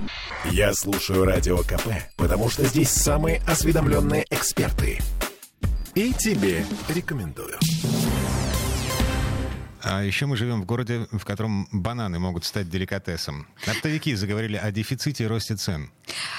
Я слушаю Радио КП, потому что здесь самые осведомленные эксперты. И тебе рекомендую. А еще мы живем в городе, в котором бананы могут стать деликатесом. Оптовики заговорили о дефиците и росте цен.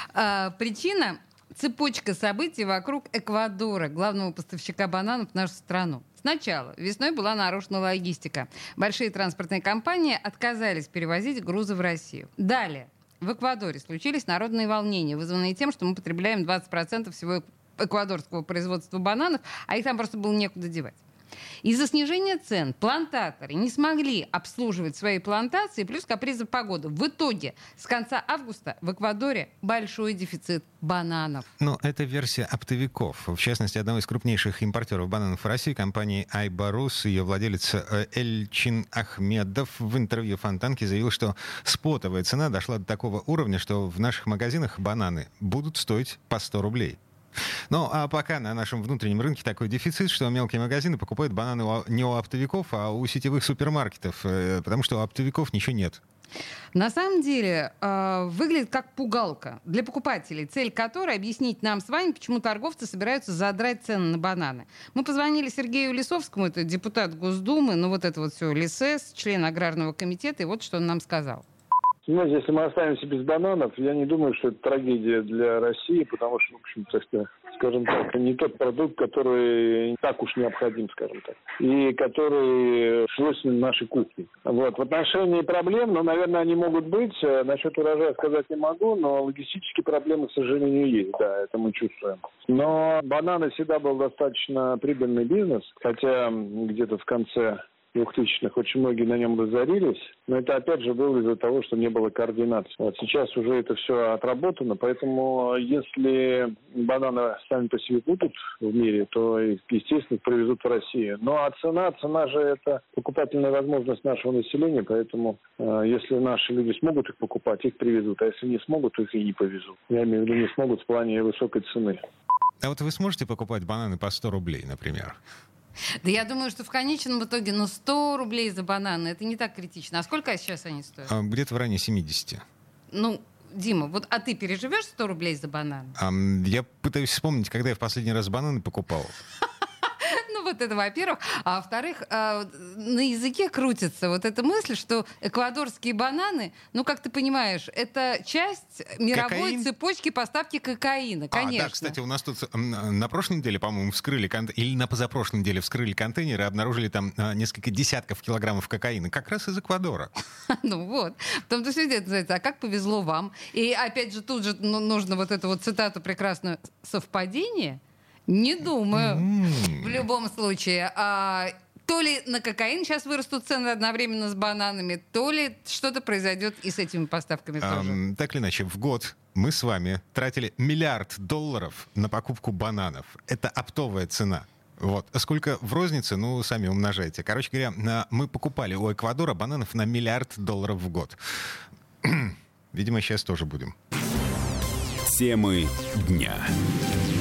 Причина — цепочка событий вокруг Эквадора, главного поставщика бананов в нашу страну. Сначала весной была нарушена логистика. Большие транспортные компании отказались перевозить грузы в Россию. Далее в Эквадоре случились народные волнения, вызванные тем, что мы потребляем 20% всего эквадорского производства бананов, а их там просто было некуда девать. Из-за снижения цен плантаторы не смогли обслуживать свои плантации, плюс капризы погоды. В итоге с конца августа в Эквадоре большой дефицит бананов. Ну, это версия оптовиков. В частности, одного из крупнейших импортеров бананов в России, компании «Айбарус», ее владелец Эльчин Ахмедов в интервью «Фонтанке» заявил, что спотовая цена дошла до такого уровня, что в наших магазинах бананы будут стоить по 100 рублей. Ну, а пока на нашем внутреннем рынке такой дефицит, что мелкие магазины покупают бананы не у оптовиков, а у сетевых супермаркетов, потому что у оптовиков ничего нет. На самом деле выглядит как пугалка для покупателей, цель которой — объяснить нам с вами, почему торговцы собираются задрать цены на бананы. Мы позвонили Сергею Лисовскому, это депутат Госдумы, ну вот это вот все, Лисес, член Аграрного комитета, и вот что он нам сказал. Знаете, если мы останемся без бананов, я не думаю, что это трагедия для России, потому что, в общем-то, скажем так, не тот продукт, который так уж необходим, скажем так, и который свойственен нашей кухне. Вот. В отношении проблем, наверное, они могут быть. Насчет урожая сказать не могу, но логистические проблемы, к сожалению, есть. Да, это мы чувствуем. Но бананы всегда был достаточно прибыльный бизнес, хотя где-то в конце 2000-х очень многие на нем разорились, но это опять же было из-за того, что не было координации. Вот сейчас уже это все отработано, поэтому если бананы сами по себе будут в мире, то, естественно, их привезут в Россию. Ну а цена же это покупательная возможность нашего населения, поэтому если наши люди смогут их покупать, их привезут, а если не смогут, то их и не повезут. Я имею в виду, не смогут в плане высокой цены. А вот вы сможете покупать бананы по 100 рублей, например? Да я думаю, что в конечном итоге 100 рублей за бананы — это не так критично. А сколько сейчас они стоят? Где-то в районе 70. Ну, Дима, а ты переживешь 100 рублей за банан? Я пытаюсь вспомнить, когда я в последний раз бананы покупал. Вот это, во-первых. А во-вторых, на языке крутится вот эта мысль, что эквадорские бананы, ну, как ты понимаешь, это часть мировой цепочки поставки кокаина, конечно. Да, кстати, у нас тут на прошлой неделе, по-моему, или на позапрошлой неделе вскрыли контейнеры и обнаружили там несколько десятков килограммов кокаина, как раз из Эквадора. Ну вот. В том-то все это называется, а как повезло вам? И опять же, тут же нужно вот эту вот цитату прекрасную: совпадение? Не думаю. В любом случае. То ли на кокаин сейчас вырастут цены одновременно с бананами, то ли что-то произойдет и с этими поставками тоже. Так или иначе, в год мы с вами тратили $1 миллиард на покупку бананов. Это оптовая цена. Вот. Сколько в рознице, сами умножайте. Короче говоря, мы покупали у Эквадора бананов на $1 миллиард в год. Видимо, сейчас тоже будем. Темы дня.